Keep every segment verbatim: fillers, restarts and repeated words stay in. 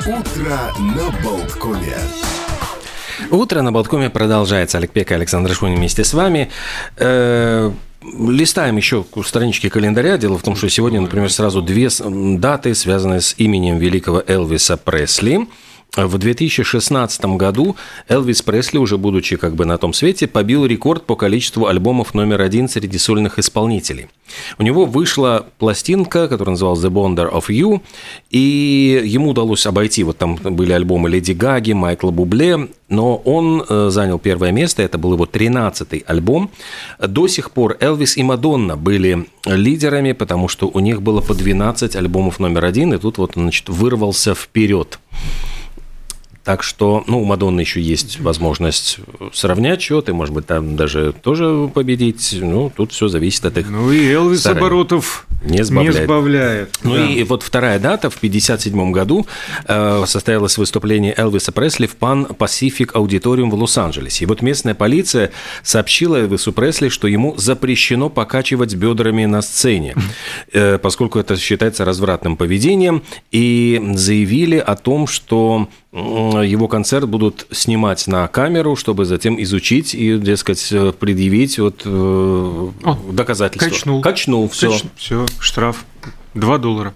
Утро на Болткоме. Утро на Болткоме продолжается. Олег Пек и Александр Шунин вместе с вами. Э-э- листаем еще странички календаря. Дело в том, что сегодня, например, сразу две даты, связанные с именем великого Элвиса Пресли. В две тысячи шестнадцатом году Элвис Пресли, уже будучи как бы на том свете, побил рекорд по количеству альбомов номер один среди сольных исполнителей. У него вышла пластинка, которая называлась «The Wonder of You», и ему удалось обойти, вот там были альбомы Леди Гаги, Майкла Бубле, но он занял первое место, это был его тринадцатый альбом. До сих пор Элвис и Мадонна были лидерами, потому что у них было по двенадцать альбомов номер один, и тут вот он, значит, вырвался вперед. Так что, ну, у Мадонны еще есть возможность сравнять счет, и, может быть, там даже тоже победить. Ну, тут все зависит от их Ну, и Элвис стараний. Оборотов не сбавляет. Не сбавляет. Ну, да. и вот вторая дата. В пятьдесят седьмом году э, состоялось выступление Элвиса Пресли в Pan Pacific Auditorium в Лос-Анджелесе. И вот местная полиция сообщила Элвису Пресли, что ему запрещено покачивать бедрами на сцене, э, поскольку это считается развратным поведением, и заявили о том, что его концерт будут снимать на камеру, чтобы затем изучить и, дескать, предъявить вот, э, О, доказательства. Качнул. Качнул, все. Кач... Все, штраф. Два доллара.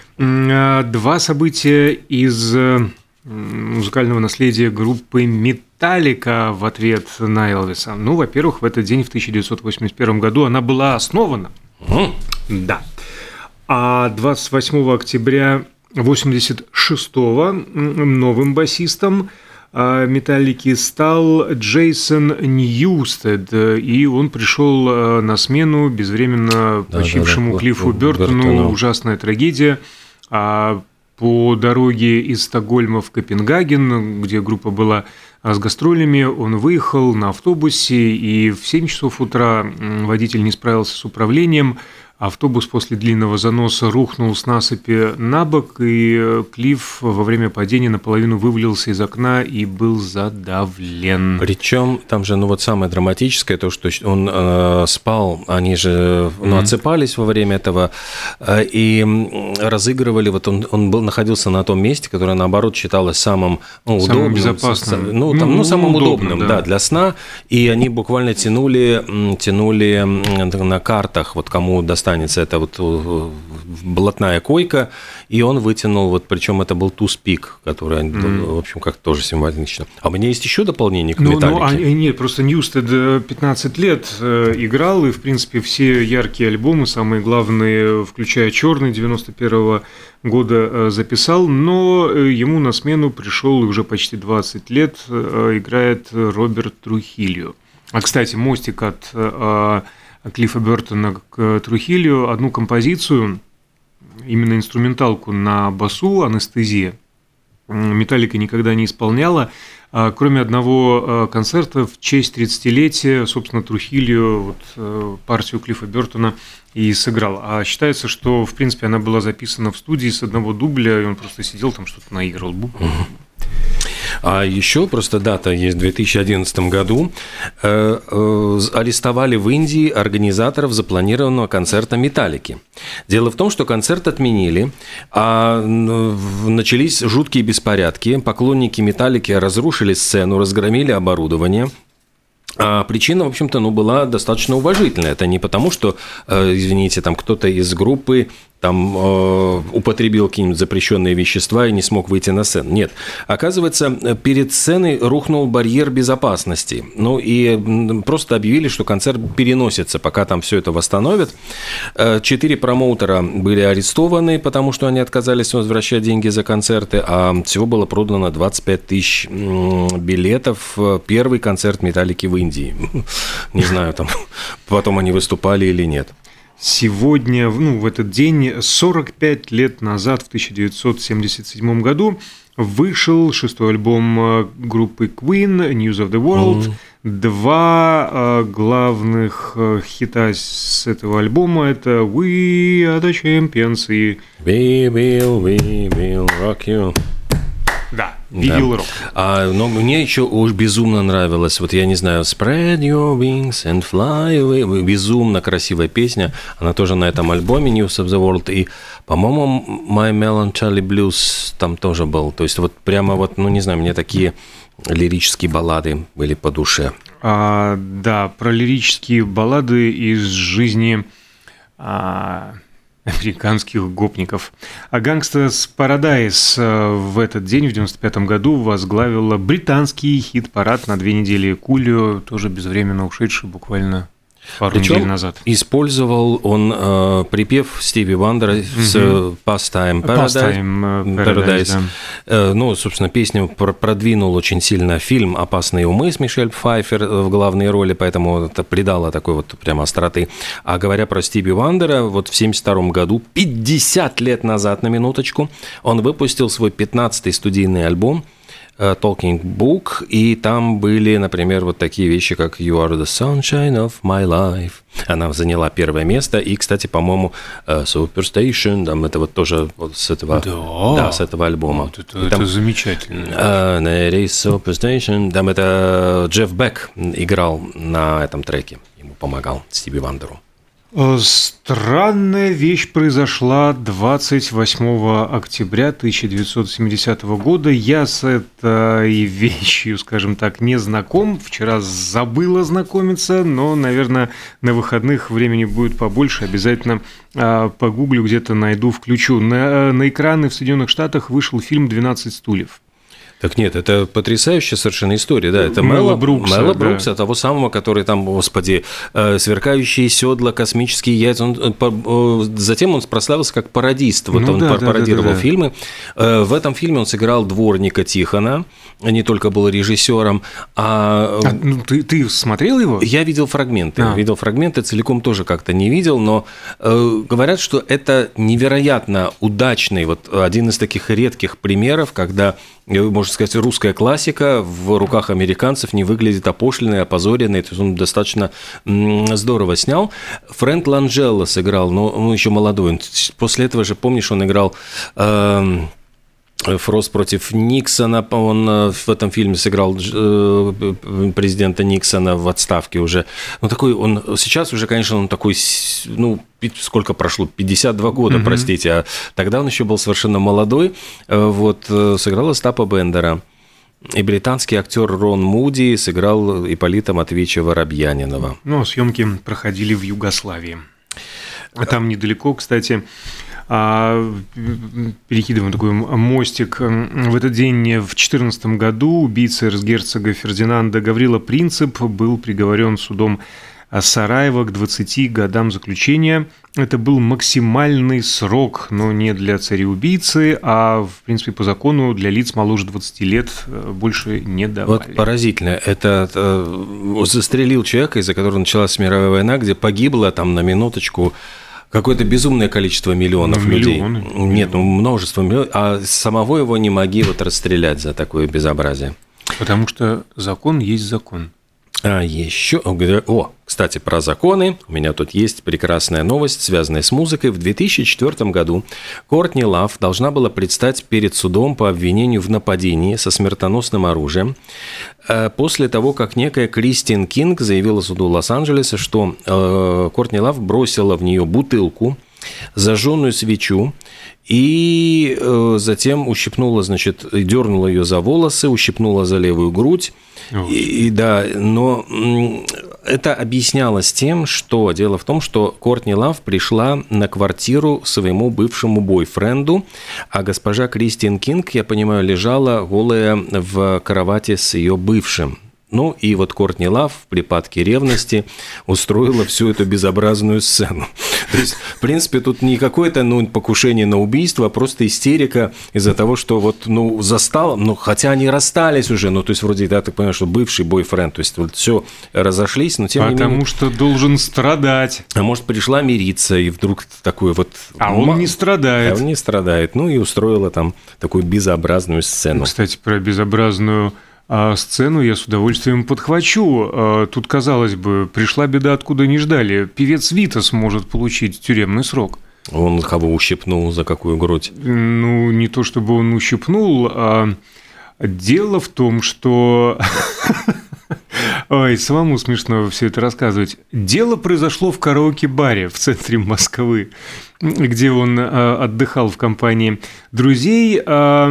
Два события из музыкального наследия группы «Металлика» в ответ на Элвиса. Ну, во-первых, в этот день, в тысяча девятьсот восемьдесят первом году, она была основана. Mm. Да. А двадцать восьмого октября восемьдесят шестого новым басистом «Металлики» стал Джейсон Ньюстед, и он пришел на смену безвременно почившему да, да, Клиффу Бёртону. Бёртону. Ужасная трагедия. По дороге из Стокгольма в Копенгаген, где группа была с гастролями, он выехал на автобусе, и в семь часов утра водитель не справился с управлением. Автобус после длинного заноса рухнул с насыпи на бок, и Клифф во время падения наполовину вывалился из окна и был задавлен. Причем там же, ну вот самое драматическое, то, что он э, спал, они же ну, mm-hmm. отсыпались во время этого э, и разыгрывали, вот он, он был, находился на том месте, которое, наоборот, считалось самым ну, самым удобным, безопасным. Ну, там, ну, ну, самым удобным, удобным да. Да, для сна, и они буквально тянули, тянули на картах, вот кому достаточно это вот блатная койка, и он вытянул, вот причем это был туз-пик, который, mm. в общем, как-то тоже символично. А у меня есть еще дополнение к «Металлике». Ну, ну, а, нет, просто Ньюстед пятнадцать лет играл, и, в принципе, все яркие альбомы, самые главные, включая «Черный» девяносто первого года, записал, но ему на смену пришел, и уже почти двадцать лет играет Роберт Трухильо. А, кстати, мостик от Клиффа Бёртона к Трухильо, одну композицию, именно инструменталку на басу «Анестезия», «Металлика» никогда не исполняла, кроме одного концерта в честь тридцатилетия, собственно, Трухильо вот, партию Клиффа Бёртона и сыграл. А считается, что, в принципе, она была записана в студии с одного дубля, и он просто сидел там, что-то наигрывал. А еще просто дата есть в две тысячи одиннадцатом году. Э, э, арестовали в Индии организаторов запланированного концерта «Металлики». Дело в том, что концерт отменили, а начались жуткие беспорядки. Поклонники «Металлики» разрушили сцену, разгромили оборудование. А причина, в общем-то, ну, была достаточно уважительная. Это не потому, что, извините, там кто-то из группы там э, употребил какие-нибудь запрещенные вещества и не смог выйти на сцену. Нет. Оказывается, перед сценой рухнул барьер безопасности. Ну, и просто объявили, что концерт переносится, пока там все это восстановят. Четыре промоутера были арестованы, потому что они отказались возвращать деньги за концерты, а всего было продано двадцать пять тысяч билетов. Первый концерт «Металлики» в Индии. Не знаю, там потом они выступали или нет. Сегодня, ну, в этот день, сорок пять лет назад, в тысяча девятьсот семьдесят седьмом году, вышел шестой альбом группы Queen, News of the World. Mm-hmm. Два э, главных э, хита с этого альбома – это «We are the champions» и «We will, we will rock you». Да, видел рок. А, но мне еще уж безумно нравилось, вот я не знаю, Spread your wings and fly away, безумно красивая песня, она тоже на этом альбоме News of the World, и, по-моему, My Melancholy Blues там тоже был, то есть вот прямо вот, ну не знаю, мне такие лирические баллады были по душе. А, да, про лирические баллады из жизни а, американских гопников. А Gangsta's Paradise в этот день, в девяносто пятом году, возглавила британский хит-парад на две недели. Кулио, тоже безвременно ушедший буквально пару Причем недель назад. Использовал он э, припев Стиви Вандера mm-hmm. с Pastime Paradise. Pastime Paradise, Paradise. Да. Э, ну, собственно, песню продвинул очень сильно фильм «Опасные умы» с Мишель Пфайффер в главной роли, поэтому это придало такой вот прямо остроты. А говоря про Стиви Вандера, вот в семьдесят втором году, пятьдесят лет назад, на минуточку, он выпустил свой пятнадцатый студийный альбом Talking Book, и там были, например, вот такие вещи, как You are the sunshine of my life. Она заняла первое место, и, кстати, по-моему, Superstation, там это вот тоже вот с этого, да. Да, с этого альбома. Вот это, там, это замечательно. Uh, Superstation, там это Джефф Бек играл на этом треке, ему помогал Стиви Вандеру. Странная вещь произошла двадцать восьмого октября тысяча девятьсот семидесятого года. Я с этой вещью, скажем так, не знаком. Вчера забыл ознакомиться, но, наверное, на выходных времени будет побольше. Обязательно погуглю, где-то найду, включу. На, на экраны в Соединенных Штатах вышел фильм «двенадцать стульев». Так нет, это потрясающая совершенно история, да, это Мэла Брукса, Мэла Брукса, да. Того самого, который там, господи, сверкающие седла, космические яйца, он, затем он прославился как пародист, вот ну, он да, пародировал да, да, да, фильмы, в этом фильме он сыграл дворника Тихона, не только был режиссером, а... а ну, ты, ты смотрел его? Я видел фрагменты, а. видел фрагменты, целиком тоже как-то не видел, но э, говорят, что это невероятно удачный, вот один из таких редких примеров, когда... Можно сказать, русская классика в руках американцев не выглядит опошленной, опозоренной. То есть он достаточно здорово снял. Фрэнк Ланджелло сыграл, но он еще молодой. После этого же, помнишь, он играл... Э- Фрост против Никсона, он в этом фильме сыграл президента Никсона в отставке уже. Ну, такой он, сейчас уже, конечно, он такой, ну, сколько прошло, пятьдесят два года, mm-hmm. простите, а тогда он еще был совершенно молодой, вот, сыграл Остапа Бендера. И британский актер Рон Муди сыграл Ипполита Матвеевича Воробьянинова. Ну, съемки проходили в Югославии. А там недалеко, кстати... Перекидываем такой мостик. В этот день, в две тысячи четырнадцатом году, убийца эрцгерцога Фердинанда Гаврила Принцип был приговорен судом Сараева к двадцати годам заключения. Это был максимальный срок, но не для цареубийцы, а, в принципе, по закону для лиц моложе двадцати лет больше не давали. Вот поразительно. Это э, застрелил человека, из-за которого началась мировая война, где погибло там на минуточку... Какое-то безумное количество миллионов ну, людей. Миллионы. Нет, ну множество миллионов. А самого его не могли вот расстрелять за такое безобразие. Потому что закон есть закон. А еще... О, кстати, про законы. У меня тут есть прекрасная новость, связанная с музыкой. В две тысячи четвёртом году Кортни Лав должна была предстать перед судом по обвинению в нападении со смертоносным оружием после того, как некая Кристин Кинг заявила суду Лос-Анджелеса, что Кортни Лав бросила в нее бутылку, зажженную свечу, и затем ущипнула, значит, дернула ее за волосы, ущипнула за левую грудь. И, и, да, но это объяснялось тем, что дело в том, что Кортни Лав пришла на квартиру своему бывшему бойфренду, а госпожа Кристин Кинг, я понимаю, лежала голая в кровати с ее бывшим. Ну, и вот Кортни Лав в припадке ревности устроила всю эту безобразную сцену. То есть, в принципе, тут не какое-то ну, покушение на убийство, а просто истерика из-за того, что вот, ну, застала, ну, хотя они расстались уже, ну, то есть, вроде, да, так понимаешь, что бывший бойфренд, то есть, вот все разошлись, но тем Потому не менее... Потому что должен страдать. А может, пришла мириться, и вдруг такой вот... А он м- не страдает. А он не страдает, ну, и устроила там такую безобразную сцену. Кстати, про безобразную... А сцену я с удовольствием подхвачу. Тут, казалось бы, пришла беда, откуда не ждали. Певец Витас может получить тюремный срок. Он кого ущипнул, за какую грудь? Ну, не то чтобы он ущипнул, а дело в том, что... Ой, самому смешно все это рассказывать. Дело произошло в караоке-баре в центре Москвы, где он отдыхал в компании друзей.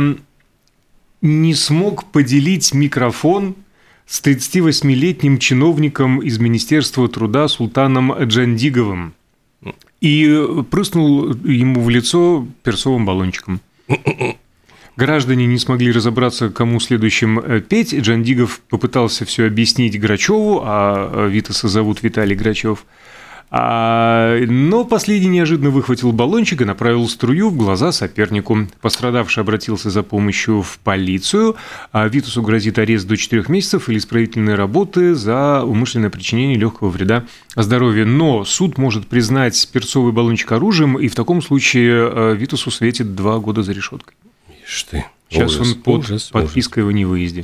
Не смог поделить микрофон с тридцативосьмилетним чиновником из Министерства труда Султаном Джандиговым и прыснул ему в лицо перцовым баллончиком. Граждане не смогли разобраться, кому следующим петь. Джандигов попытался все объяснить Грачеву, а Витаса зовут Виталий Грачев. А... Но последний неожиданно выхватил баллончик и направил струю в глаза сопернику. Пострадавший обратился за помощью в полицию, а Витасу грозит арест до четырех месяцев или исправительные работы за умышленное причинение легкого вреда здоровью. Но суд может признать перцовый баллончик оружием, и в таком случае Витасу светит два года за решеткой. Ишь ты. Сейчас ужас, он под ужас, подпиской ужас. О невыезде.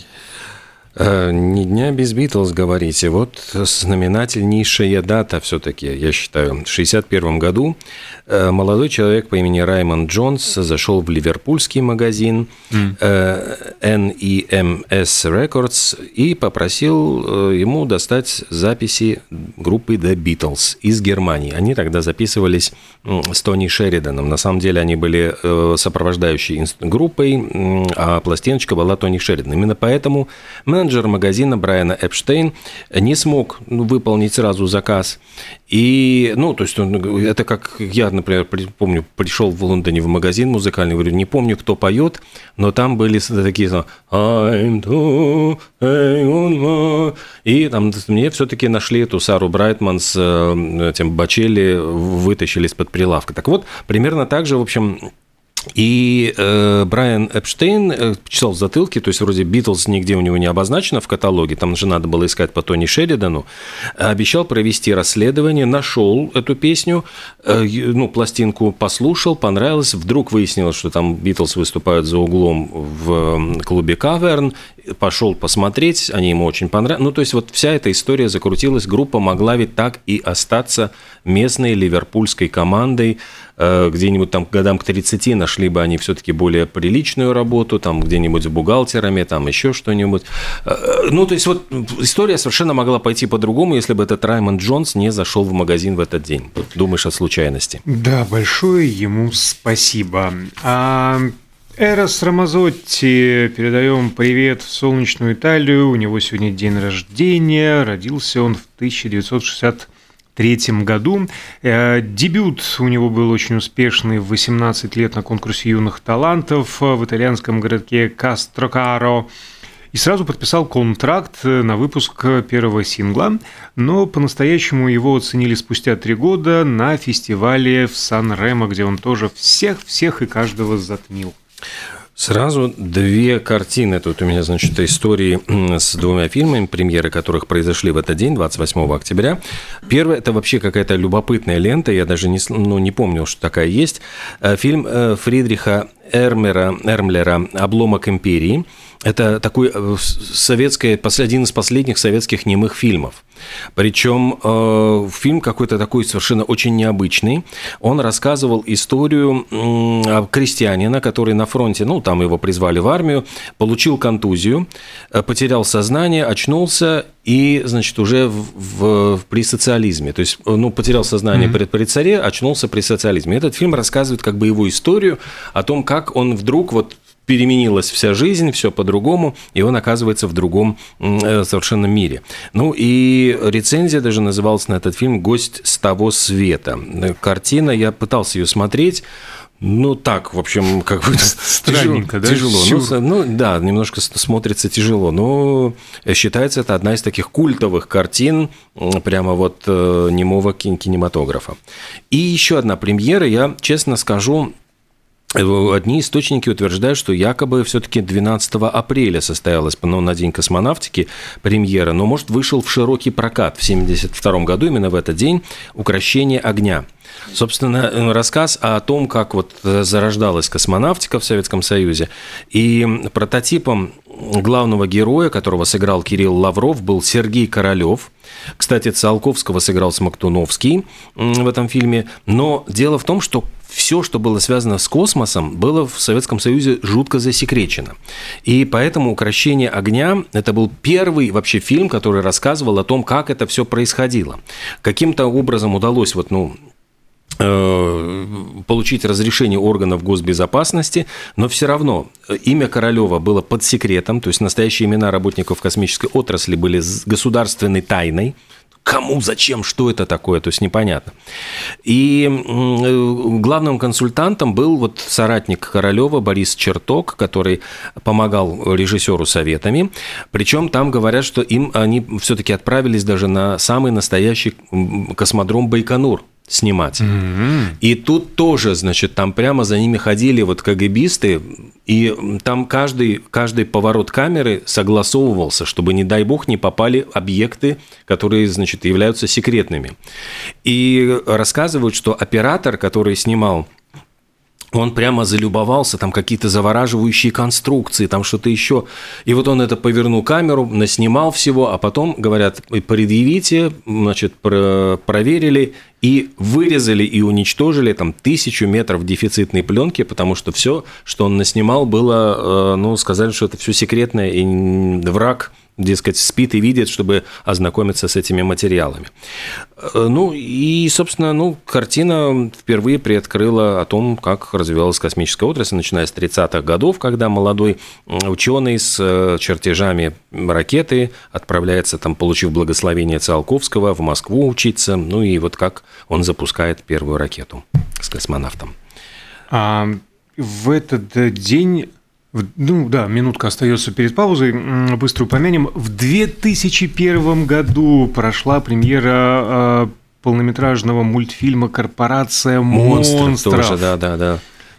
Ни дня без Битлз, говорите. Вот знаменательнейшая дата все-таки, я считаю. В шестьдесят первом году молодой человек по имени Раймонд Джонс зашел в ливерпульский магазин mm. эн и эм эс Records и попросил ему достать записи группы The Beatles из Германии. Они тогда записывались с Тони Шериданом. На самом деле они были сопровождающей группой, а пластиночка была Тони Шеридан. Именно поэтому менеджер магазина Брайан Эпштейн не смог выполнить сразу заказ. И, ну, то есть, это как я, например, помню, пришел в Лондоне в магазин музыкальный, говорю, не помню, кто поет, но там были такие слова I'm to a... И там мне все-таки нашли эту Сару Брайтман с этим Бочелли, вытащили из-под прилавка. Так вот, примерно так же, в общем... И э, Брайан Эпштейн э, читал в затылке, то есть вроде Битлз нигде у него не обозначено в каталоге, там же надо было искать по Тони Шеридану, обещал провести расследование, нашел эту песню, э, ну, пластинку послушал, понравилось, вдруг выяснилось, что там Битлз выступают за углом в клубе Каверн, пошел посмотреть, они ему очень понравились, ну, то есть вот вся эта история закрутилась, группа могла ведь так и остаться местной ливерпульской командой, где-нибудь там годам к тридцати нашли бы они все-таки более приличную работу, там где-нибудь с бухгалтерами, там еще что-нибудь. Ну, то есть вот история совершенно могла пойти по-другому, если бы этот Раймонд Джонс не зашел в магазин в этот день. Вот думаешь о случайности. Да, большое ему спасибо. А... Эрос Рамазотти, передаем привет в солнечную Италию. У него сегодня день рождения. Родился он в тысяча девятьсот шестьдесят третьем году. Дебют у него был очень успешный в восемнадцать лет на конкурсе юных талантов в итальянском городке Кастрокаро. И сразу подписал контракт на выпуск первого сингла, но по-настоящему его оценили спустя три года на фестивале в Сан-Ремо, где он тоже всех-всех и каждого затмил. Сразу две картины тут у меня, значит, истории с двумя фильмами, премьеры которых произошли в этот день, двадцать восьмого октября. Первое – это вообще какая-то любопытная лента, я даже не, ну, не помню, что такая есть. Фильм Фридриха Эрмера, Эрмлера «Обломок империи». Это такой советский, один из последних советских немых фильмов. Причем э, фильм какой-то такой совершенно очень необычный. Он рассказывал историю э, крестьянина, который на фронте, ну, там его призвали в армию, получил контузию, э, потерял сознание, очнулся и, значит, уже в, в, при социализме. То есть, ну, потерял сознание mm-hmm. при, при царе, очнулся при социализме. Этот фильм рассказывает как бы его историю о том, как он вдруг вот переменилась вся жизнь, все по-другому, и он оказывается в другом совершенно мире. Ну и рецензия даже называлась на этот фильм «Гость с того света». Картина, я пытался ее смотреть, ну так, в общем, как бы странненько, да? Тяжело. Ну, ну да, немножко смотрится тяжело, но считается это одна из таких культовых картин прямо вот немого кинематографа. И еще одна премьера, я честно скажу, одни источники утверждают, что якобы все-таки двенадцатого апреля состоялась, ну, на День космонавтики премьера, но, может, вышел в широкий прокат в семьдесят втором году, именно в этот день, «Укрощение огня». Собственно, рассказ о том, как вот зарождалась космонавтика в Советском Союзе. И прототипом главного героя, которого сыграл Кирилл Лавров, был Сергей Королёв. Кстати, Циолковского сыграл Смоктуновский в этом фильме. Но дело в том, что все, что было связано с космосом, было в Советском Союзе жутко засекречено. И поэтому «Укрощение огня» – это был первый вообще фильм, который рассказывал о том, как это все происходило. Каким-то образом удалось вот, ну, получить разрешение органов госбезопасности, но все равно имя Королёва было под секретом, то есть настоящие имена работников космической отрасли были государственной тайной. Кому, зачем, что это такое, то есть непонятно. И главным консультантом был вот соратник Королёва Борис Черток, который помогал режиссеру советами. Причем там говорят, что им они все-таки отправились даже на самый настоящий космодром Байконур снимать. Mm-hmm. И тут тоже, значит, там прямо за ними ходили вот КГБисты, и там каждый, каждый поворот камеры согласовывался, чтобы, не дай бог, не попали объекты, которые, значит, являются секретными. И рассказывают, что оператор, который снимал, он прямо залюбовался, там какие-то завораживающие конструкции, там что-то еще. И вот он это повернул камеру, наснимал всего, а потом, говорят, предъявите, значит, проверили и вырезали и уничтожили там тысячу метров дефицитной пленки, потому что все, что он наснимал, было, ну, сказали, что это все секретное, и враг, дескать, спит и видит, чтобы ознакомиться с этими материалами. Ну, и, собственно, ну, картина впервые приоткрыла о том, как развивалась космическая отрасль, начиная с тридцатых годов, когда молодой ученый с чертежами ракеты отправляется, там, получив благословение Циолковского, в Москву учиться, ну, и вот как он запускает первую ракету с космонавтом. А в этот день... Ну да, минутка остается перед паузой, быстро упомянем. В две тысячи первом году прошла премьера полнометражного мультфильма «Корпорация монстров». Монстров тоже, да, да, да.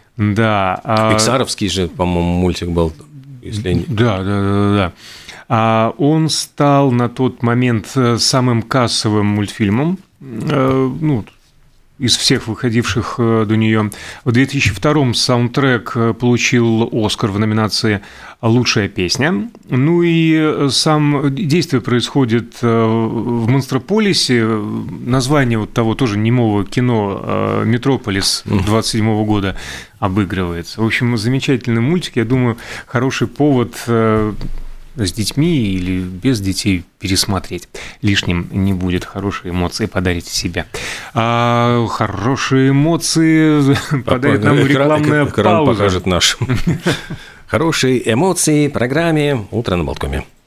Да. Пиксаровский же, по-моему, мультик был. Если... Да, да, да, да. Он стал на тот момент самым кассовым мультфильмом, ну, из всех выходивших до нее. В две тысячи втором саундтрек получил «Оскар» в номинации «Лучшая песня». Ну и сам действие происходит в Монстрополисе. Название вот того тоже немого кино «Метрополис» двадцать седьмого года обыгрывается. В общем, замечательный мультик. Я думаю, хороший повод с детьми или без детей пересмотреть. Лишним не будет. Хорошие эмоции подарите себе. А хорошие эмоции подарит нам рекламная пауза. Экран покажет наш. Хорошие эмоции в программе «Утро на Болткоме».